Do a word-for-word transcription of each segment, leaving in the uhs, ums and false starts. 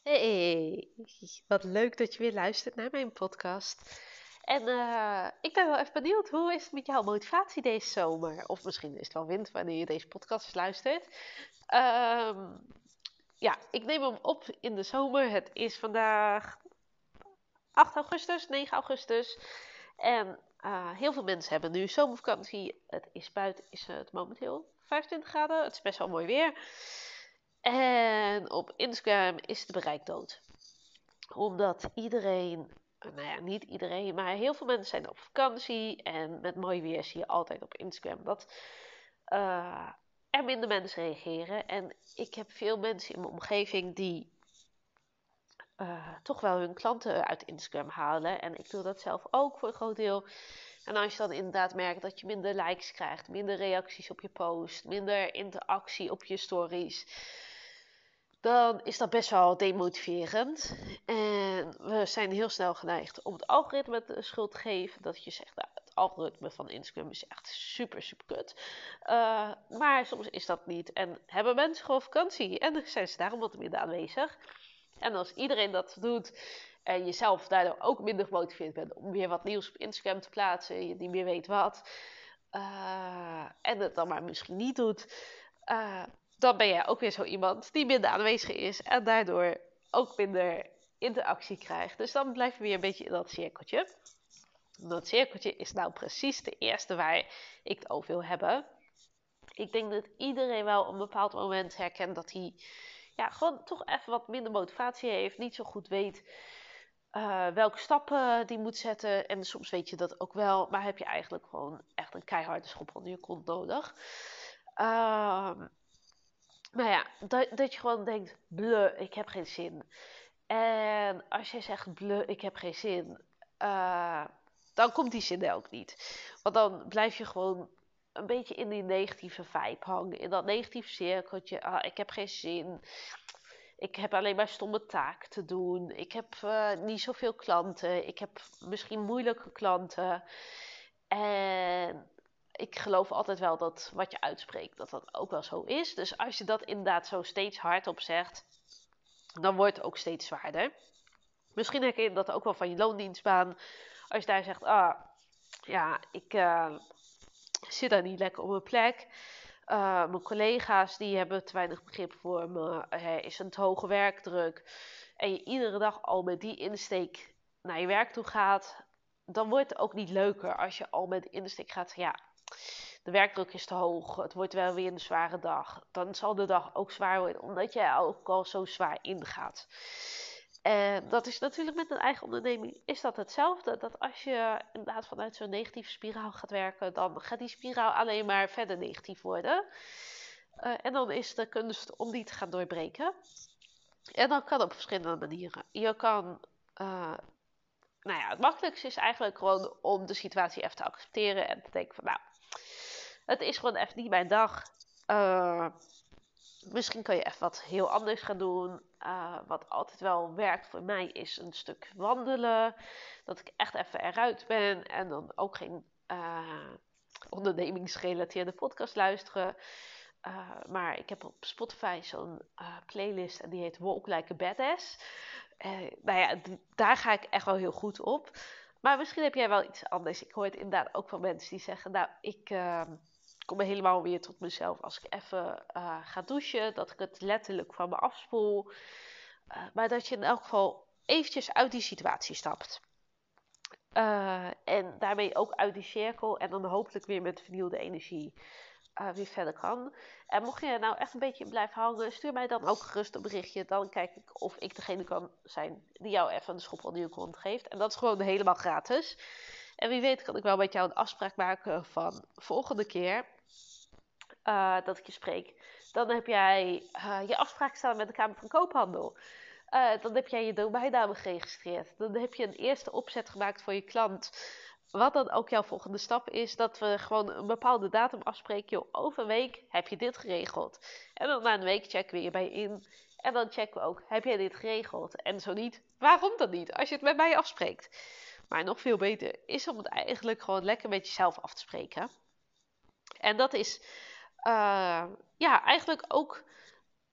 Hey, wat leuk dat je weer luistert naar mijn podcast. En eh, ik ben wel even benieuwd, hoe is het met jouw motivatie deze zomer? Of misschien is het wel winter wanneer je deze podcast luistert. Ehm, ja, ik neem hem op in de zomer. Het is vandaag acht augustus, negen augustus. En eh, heel veel mensen hebben nu zomervakantie. Het is buiten, is het momenteel vijfentwintig graden. Het is best wel mooi weer. En op Instagram is de bereik dood, omdat iedereen, nou ja, niet iedereen, maar heel veel mensen zijn op vakantie. En met mooi weer zie je altijd op Instagram dat eh, er minder mensen reageren. En ik heb veel mensen in mijn omgeving die eh, toch wel hun klanten uit Instagram halen. En ik doe dat zelf ook voor een groot deel. En als je dan inderdaad merkt dat je minder likes krijgt, minder reacties op je post, minder interactie op je stories, dan is dat best wel demotiverend. En we zijn heel snel geneigd om het algoritme de schuld te geven. Dat je zegt, nou, het algoritme van Instagram is echt super, super kut. Uh, maar soms is dat niet. En hebben mensen gewoon vakantie. En dan zijn ze daarom wat minder aanwezig. En als iedereen dat doet en jezelf daardoor ook minder gemotiveerd bent om weer wat nieuws op Instagram te plaatsen, je niet meer weet wat, uh, en het dan maar misschien niet doet, uh, dan ben jij ook weer zo iemand die minder aanwezig is en daardoor ook minder interactie krijgt. Dus dan blijf je weer een beetje in dat cirkeltje. Dat cirkeltje is nou precies de eerste waar ik het over wil hebben. Ik denk dat iedereen wel op een bepaald moment herkent dat hij ja, gewoon toch even wat minder motivatie heeft, niet zo goed weet uh, welke stappen die moet zetten. En soms weet je dat ook wel, maar heb je eigenlijk gewoon echt een keiharde schop onder je kont nodig. Uh, nou ja, dat, dat je gewoon denkt, bleh, ik heb geen zin. En als je zegt, bleh, ik heb geen zin, uh, dan komt die zin er ook niet. Want dan blijf je gewoon een beetje in die negatieve vibe hangen. In dat negatieve cirkeltje. Ah, ik heb geen zin. Ik heb alleen maar stomme taken te doen. Ik heb uh, niet zoveel klanten. Ik heb misschien moeilijke klanten. En ik geloof altijd wel dat wat je uitspreekt, dat dat ook wel zo is. Dus als je dat inderdaad zo steeds hardop zegt, dan wordt het ook steeds zwaarder. Misschien herken je dat ook wel van je loondienstbaan. Als je daar zegt, ah, ja, ik uh, zit daar niet lekker op mijn plek. Uh, mijn collega's die hebben te weinig begrip voor me. Er is een te hoge werkdruk. En je iedere dag al met die insteek naar je werk toe gaat, dan wordt het ook niet leuker als je al met de insteek gaat. Ja, de werkdruk is te hoog. Het wordt wel weer een zware dag. Dan zal de dag ook zwaar worden, omdat je ook al zo zwaar ingaat. En dat is natuurlijk met een eigen onderneming is dat hetzelfde. Dat als je inderdaad vanuit zo'n negatieve spiraal gaat werken, dan gaat die spiraal alleen maar verder negatief worden. Uh, en dan is de kunst om die te gaan doorbreken. En dat kan op verschillende manieren. Je kan, uh, nou ja, het makkelijkste is eigenlijk gewoon om de situatie even te accepteren en te denken van, nou, het is gewoon even niet mijn dag. Uh, Misschien kan je even wat heel anders gaan doen. Uh, wat altijd wel werkt voor mij is een stuk wandelen. Dat ik echt even eruit ben. En dan ook geen uh, ondernemingsgerelateerde podcast luisteren. Uh, maar ik heb op Spotify zo'n uh, playlist en die heet Walk Like a Badass. Uh, nou ja, d- daar ga ik echt wel heel goed op. Maar misschien heb jij wel iets anders. Ik hoor het inderdaad ook van mensen die zeggen, nou, ik... Uh, Ik kom helemaal weer tot mezelf als ik even uh, ga douchen. Dat ik het letterlijk van me afspoel. Uh, maar dat je in elk geval eventjes uit die situatie stapt. Uh, en daarmee ook uit die cirkel. En dan hopelijk weer met vernieuwde energie uh, weer verder kan. En mocht je nou echt een beetje in blijven hangen, stuur mij dan ook gerust een berichtje. Dan kijk ik of ik degene kan zijn die jou even een schop onder je kont geeft. En dat is gewoon helemaal gratis. En wie weet kan ik wel met jou een afspraak maken van volgende keer uh, dat ik je spreek. Dan heb jij uh, je afspraak staan met de Kamer van Koophandel. Uh, dan heb jij je domeinnaam geregistreerd. Dan heb je een eerste opzet gemaakt voor je klant. Wat dan ook jouw volgende stap is, dat we gewoon een bepaalde datum afspreken. Joh, over een week heb je dit geregeld. En dan na een week checken we je bij in. En dan checken we ook, heb jij dit geregeld? En zo niet, waarom dan niet? Als je het met mij afspreekt. Maar nog veel beter is om het eigenlijk gewoon lekker met jezelf af te spreken. En dat is uh, ja, eigenlijk ook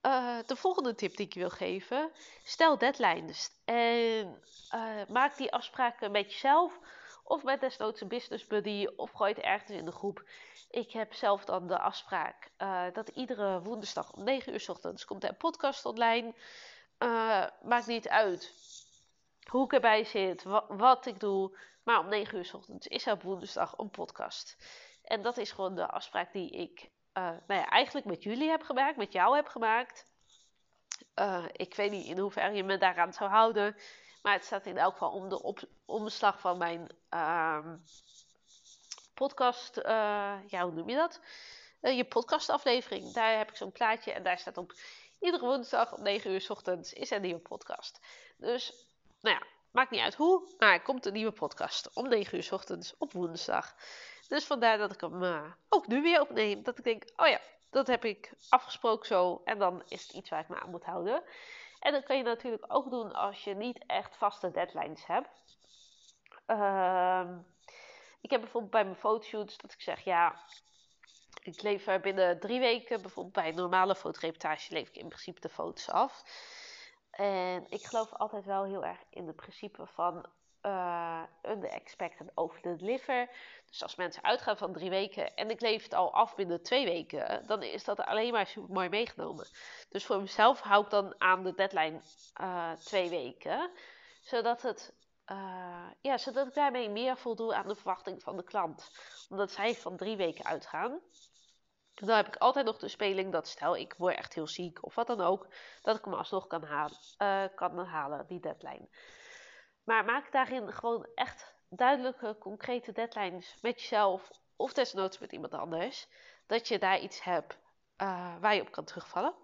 uh, de volgende tip die ik je wil geven. Stel deadlines. En uh, maak die afspraken met jezelf. Of met desnoods een business buddy. Of gooi het ergens in de groep. Ik heb zelf dan de afspraak uh, dat iedere woensdag om negen uur 's ochtends komt er een podcast online. Uh, maakt niet uit hoe ik erbij zit, wa- wat ik doe. Maar om negen uur 's ochtends is er op woensdag een podcast. En dat is gewoon de afspraak die ik uh, nou ja, eigenlijk met jullie heb gemaakt, met jou heb gemaakt. Uh, ik weet niet in hoeverre je me daaraan zou houden. Maar het staat in elk geval om de op- omslag van mijn uh, podcast. Uh, ja, hoe noem je dat? Uh, je podcastaflevering. Daar heb ik zo'n plaatje en daar staat op iedere woensdag om negen uur 's ochtends is er een nieuwe podcast. Dus, nou ja, maakt niet uit hoe, maar er komt een nieuwe podcast om negen uur 's ochtends op woensdag. Dus vandaar dat ik hem uh, ook nu weer opneem. Dat ik denk, oh ja, dat heb ik afgesproken zo. En dan is het iets waar ik me aan moet houden. En dat kan je natuurlijk ook doen als je niet echt vaste deadlines hebt. Uh, ik heb bijvoorbeeld bij mijn fotoshoots dat ik zeg, ja, ik lever binnen drie weken, bijvoorbeeld bij een normale fotoreportage, lever ik in principe de foto's af. En ik geloof altijd wel heel erg in het principe van uh, under expect and over deliver. Dus als mensen uitgaan van drie weken en ik lever het al af binnen twee weken, dan is dat alleen maar super mooi meegenomen. Dus voor mezelf hou ik dan aan de deadline uh, twee weken, zodat het Uh, ja, zodat ik daarmee meer voldoe aan de verwachting van de klant. Omdat zij van drie weken uitgaan. Dan heb ik altijd nog de speling dat stel ik word echt heel ziek of wat dan ook, dat ik hem alsnog kan halen, uh, kan halen die deadline. Maar maak daarin gewoon echt duidelijke, concrete deadlines met jezelf of desnoods met iemand anders. Dat je daar iets hebt uh, waar je op kan terugvallen.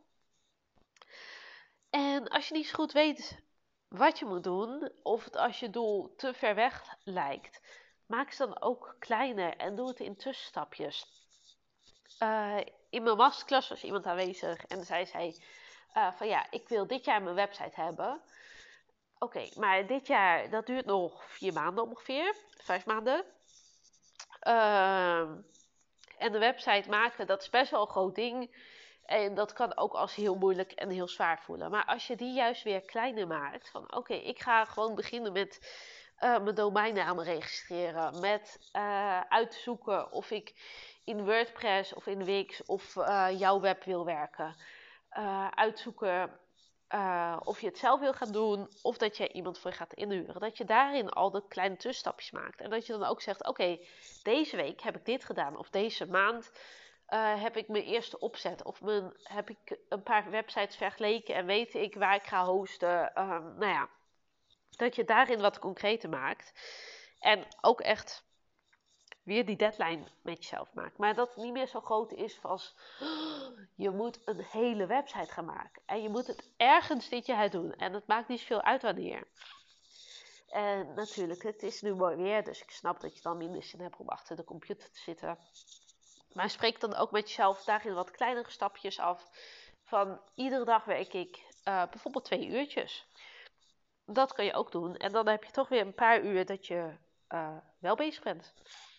En als je niet zo goed weet wat je moet doen, of het als je doel te ver weg lijkt, maak ze dan ook kleiner en doe het in tussenstapjes. Uh, in mijn masterclass was iemand aanwezig en zij zei uh, van ja, ik wil dit jaar mijn website hebben. Oké, okay, maar dit jaar, dat duurt nog vier maanden ongeveer, vijf maanden. Uh, en de website maken, dat is best wel een groot ding. En dat kan ook als heel moeilijk en heel zwaar voelen. Maar als je die juist weer kleiner maakt, van oké, okay, ik ga gewoon beginnen met uh, mijn domeinnamen registreren. Met uh, uitzoeken of ik in WordPress of in Wix of uh, jouw web wil werken. Uh, uitzoeken uh, of je het zelf wil gaan doen of dat je iemand voor je gaat inhuren. Dat je daarin al de kleine tussenstapjes maakt. En dat je dan ook zegt, oké, okay, deze week heb ik dit gedaan. Of deze maand uh, heb ik mijn eerste opzet. Of mijn, heb ik een paar websites vergeleken en weet ik waar ik ga hosten. Um, nou ja, dat je daarin wat concreter maakt. En ook echt weer die deadline met jezelf maakt. Maar dat het niet meer zo groot is als oh, je moet een hele website gaan maken. En je moet het ergens dit jaar doen. En het maakt niet zoveel uit wanneer. En natuurlijk, het is nu mooi weer. Dus ik snap dat je dan minder zin hebt om achter de computer te zitten. Maar spreek dan ook met jezelf daarin wat kleinere stapjes af. Van iedere dag werk ik uh, bijvoorbeeld twee uurtjes. Dat kan je ook doen. En dan heb je toch weer een paar uur dat je uh, wel bezig bent.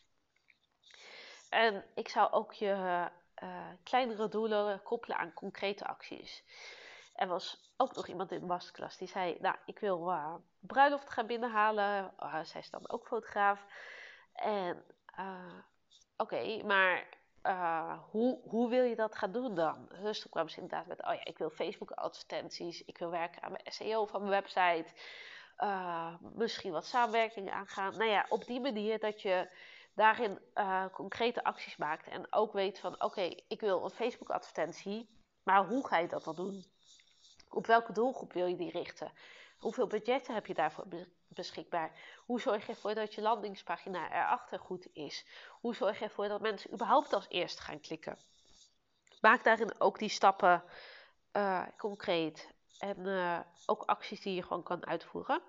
En ik zou ook je uh, kleinere doelen koppelen aan concrete acties. Er was ook nog iemand in de masterclass die zei, nou, ik wil uh, bruiloft gaan binnenhalen. Uh, zij is dan ook fotograaf. En uh, oké, okay, maar uh, hoe, hoe wil je dat gaan doen dan? Dus toen kwam ze inderdaad met, oh ja, ik wil Facebook advertenties. Ik wil werken aan mijn S E O van mijn website. Uh, misschien wat samenwerking aangaan. Nou ja, op die manier dat je daarin uh, concrete acties maakt. En ook weet van, oké, okay, ik wil een Facebook advertentie. Maar hoe ga je dat dan doen? Op welke doelgroep wil je die richten? Hoeveel budgetten heb je daarvoor beschikbaar? Hoe zorg je ervoor dat je landingspagina erachter goed is? Hoe zorg je ervoor dat mensen überhaupt als eerste gaan klikken? Maak daarin ook die stappen uh, concreet. En uh, ook acties die je gewoon kan uitvoeren.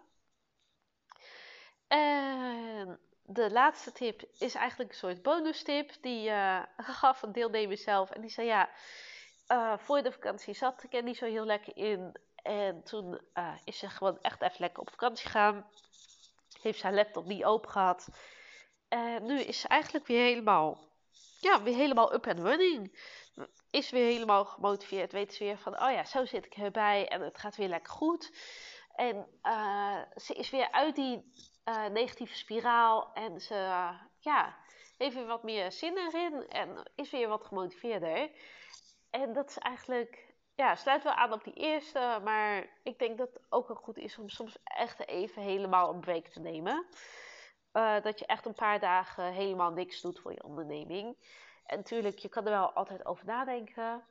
En de laatste tip is eigenlijk een soort bonus tip. Die uh, gaf een deelnemer zelf. En die zei ja, uh, voor de vakantie zat ik er niet zo heel lekker in. En toen uh, is ze gewoon echt even lekker op vakantie gegaan. Heeft ze haar laptop niet open gehad. En nu is ze eigenlijk weer helemaal ja, weer helemaal up and running. Is weer helemaal gemotiveerd. Weet ze weer van, oh ja, zo zit ik erbij en het gaat weer lekker goed. En uh, ze is weer uit die uh, negatieve spiraal en ze uh, ja, heeft weer wat meer zin erin en is weer wat gemotiveerder. En dat is eigenlijk, ja, sluit wel aan op die eerste, maar ik denk dat het ook wel goed is om soms echt even helemaal een break te nemen. Uh, dat je echt een paar dagen helemaal niks doet voor je onderneming. En natuurlijk, je kan er wel altijd over nadenken.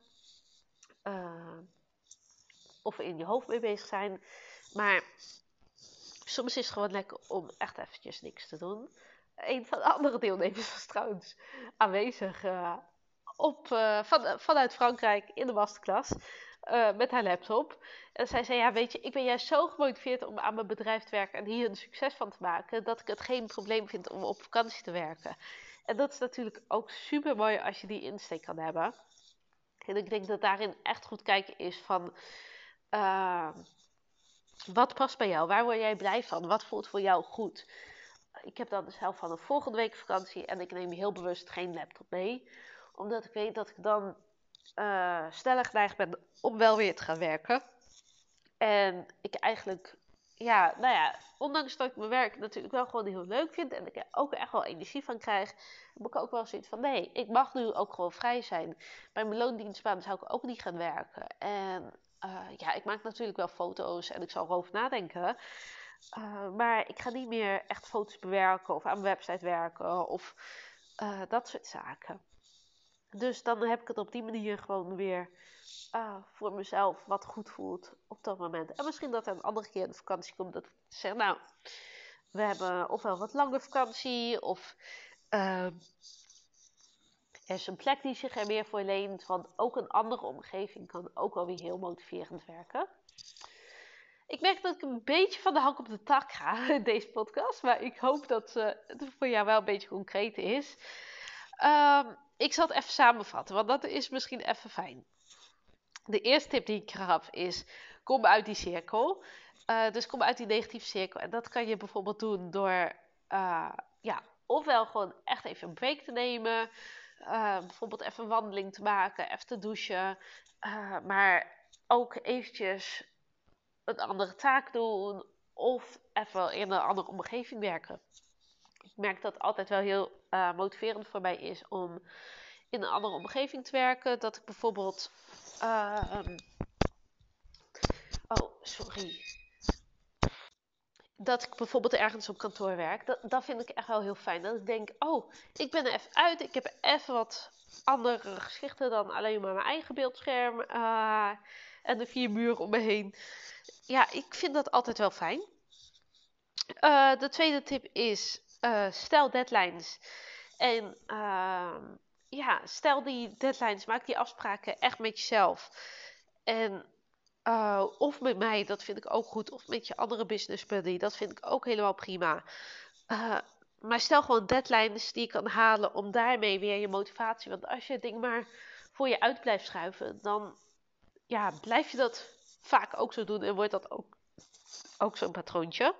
Uh, of in je hoofd mee bezig zijn. Maar soms is het gewoon lekker om echt eventjes niks te doen. Een van de andere deelnemers was trouwens aanwezig uh, op, uh, van, vanuit Frankrijk in de masterclass. Uh, met haar laptop. En zij zei, ja weet je, ik ben juist zo gemotiveerd om aan mijn bedrijf te werken en hier een succes van te maken, dat ik het geen probleem vind om op vakantie te werken. En dat is natuurlijk ook super mooi als je die insteek kan hebben. En ik denk dat daarin echt goed kijken is van, uh, wat past bij jou? Waar word jij blij van? Wat voelt voor jou goed? Ik heb dan zelf van een volgende week vakantie en ik neem heel bewust geen laptop mee. Omdat ik weet dat ik dan uh, sneller geneigd ben om wel weer te gaan werken. En ik eigenlijk, ja, nou ja, ondanks dat ik mijn werk natuurlijk wel gewoon heel leuk vind en ik er ook echt wel energie van krijg, heb ik ook wel zoiets van, nee, ik mag nu ook gewoon vrij zijn. Bij mijn loondienstbaan zou ik ook niet gaan werken. En uh, ja, ik maak natuurlijk wel foto's en ik zal erover nadenken. Uh, maar ik ga niet meer echt foto's bewerken of aan mijn website werken of uh, dat soort zaken. Dus dan heb ik het op die manier gewoon weer uh, voor mezelf wat goed voelt op dat moment. En misschien dat er een andere keer in de vakantie komt dat ik zeg, nou, we hebben ofwel wat lange vakantie of uh, er is een plek die zich er meer voor leent. Want ook een andere omgeving kan ook wel weer heel motiverend werken. Ik merk dat ik een beetje van de hak op de tak ga in deze podcast. Maar ik hoop dat uh, het voor jou wel een beetje concreet is. Um, ik zal het even samenvatten, want dat is misschien even fijn. De eerste tip die ik gaf is, kom uit die cirkel. Uh, dus kom uit die negatieve cirkel. En dat kan je bijvoorbeeld doen door, uh, ja, ofwel gewoon echt even een break te nemen. Uh, bijvoorbeeld even een wandeling te maken, even te douchen. Uh, maar ook eventjes een andere taak doen of even in een andere omgeving werken. Ik merk dat het altijd wel heel uh, motiverend voor mij is om in een andere omgeving te werken. Dat ik bijvoorbeeld... Uh, um, oh, sorry. Dat ik bijvoorbeeld ergens op kantoor werk. Dat, dat vind ik echt wel heel fijn. Dat ik denk, oh, ik ben er even uit. Ik heb even wat andere geschichten dan alleen maar mijn eigen beeldscherm. Uh, en de vier muren om me heen. Ja, ik vind dat altijd wel fijn. Uh, de tweede tip is, uh, stel deadlines. En uh, ja, stel die deadlines, maak die afspraken echt met jezelf. En uh, of met mij, dat vind ik ook goed. Of met je andere business buddy, dat vind ik ook helemaal prima. Uh, maar stel gewoon deadlines die je kan halen om daarmee weer je motivatie. Want als je het ding maar voor je uit blijft schuiven, dan ja, blijf je dat vaak ook zo doen en wordt dat ook, ook zo'n patroontje.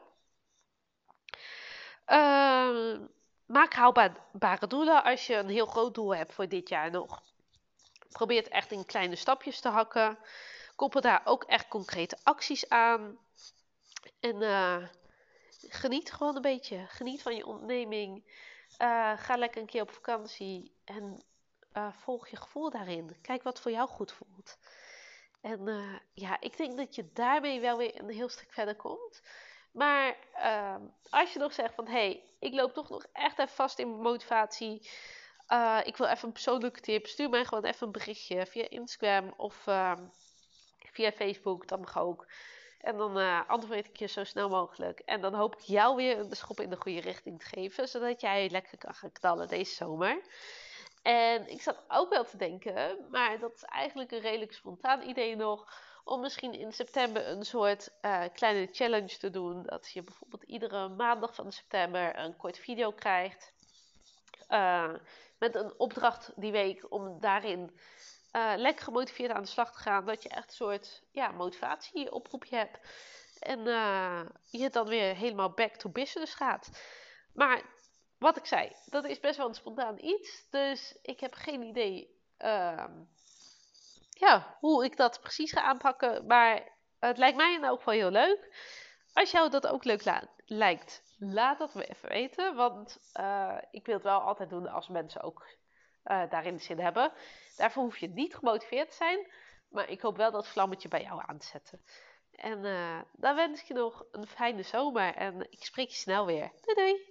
Uh, maak haalbare doelen als je een heel groot doel hebt voor dit jaar nog. Probeer het echt in kleine stapjes te hakken. Koppel daar ook echt concrete acties aan. En uh, geniet gewoon een beetje. Geniet van je onderneming. Uh, ga lekker een keer op vakantie. En uh, volg je gevoel daarin. Kijk wat voor jou goed voelt. En uh, ja, ik denk dat je daarmee wel weer een heel stuk verder komt. Maar uh, als je nog zegt van, hé, hey, ik loop toch nog echt even vast in mijn motivatie. Uh, ik wil even een persoonlijke tip. Stuur mij gewoon even een berichtje via Instagram of uh, via Facebook. Dat mag ook. En dan uh, antwoord ik je zo snel mogelijk. En dan hoop ik jou weer een schop in de goede richting te geven. Zodat jij lekker kan gaan knallen deze zomer. En ik zat ook wel te denken, maar dat is eigenlijk een redelijk spontaan idee nog, om misschien in september een soort uh, kleine challenge te doen. Dat je bijvoorbeeld iedere maandag van september een kort video krijgt. Uh, met een opdracht die week om daarin uh, lekker gemotiveerd aan de slag te gaan. Dat je echt een soort ja, motivatieoproepje hebt. En uh, je dan weer helemaal back to business gaat. Maar wat ik zei, dat is best wel een spontaan iets. Dus ik heb geen idee uh, ja, hoe ik dat precies ga aanpakken. Maar het lijkt mij in elk geval heel leuk. Als jou dat ook leuk la- lijkt, laat dat me even weten. Want uh, ik wil het wel altijd doen als mensen ook uh, daarin zin hebben. Daarvoor hoef je niet gemotiveerd te zijn. Maar ik hoop wel dat vlammetje bij jou aan te zetten. En uh, dan wens ik je nog een fijne zomer. En ik spreek je snel weer. Doei doei!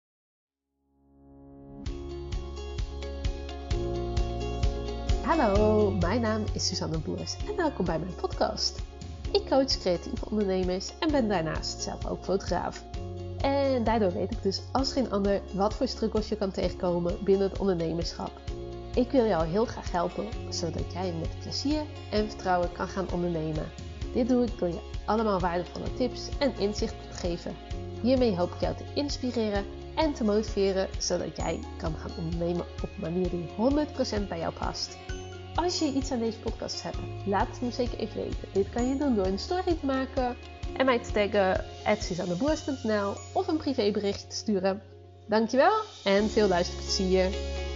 Hallo, mijn naam is Suzanne Boers en welkom bij mijn podcast. Ik coach creatieve ondernemers en ben daarnaast zelf ook fotograaf. En daardoor weet ik dus als geen ander wat voor struggles je kan tegenkomen binnen het ondernemerschap. Ik wil jou heel graag helpen, zodat jij met plezier en vertrouwen kan gaan ondernemen. Dit doe ik door je allemaal waardevolle tips en inzichten te geven. Hiermee hoop ik jou te inspireren en te motiveren, zodat jij kan gaan ondernemen op een manier die honderd procent bij jou past. Als je iets aan deze podcast hebt, laat het me zeker even weten. Dit kan je doen door een story te maken en mij te taggen at suzanneboers punt n l of een privéberichtje te sturen. Dankjewel en veel luisterplezier!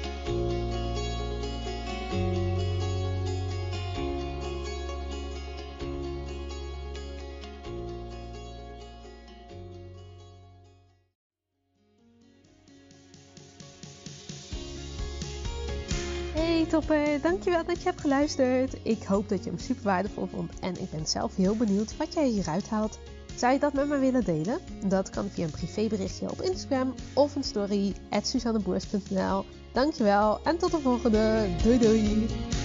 Hey topper, dankjewel dat je hebt geluisterd. Ik hoop dat je hem super waardevol vond en ik ben zelf heel benieuwd wat jij hieruit haalt. Zou je dat met me willen delen? Dat kan via een privéberichtje op Instagram of een story at suzanneboers punt n l. Dankjewel en tot de volgende. Doei doei!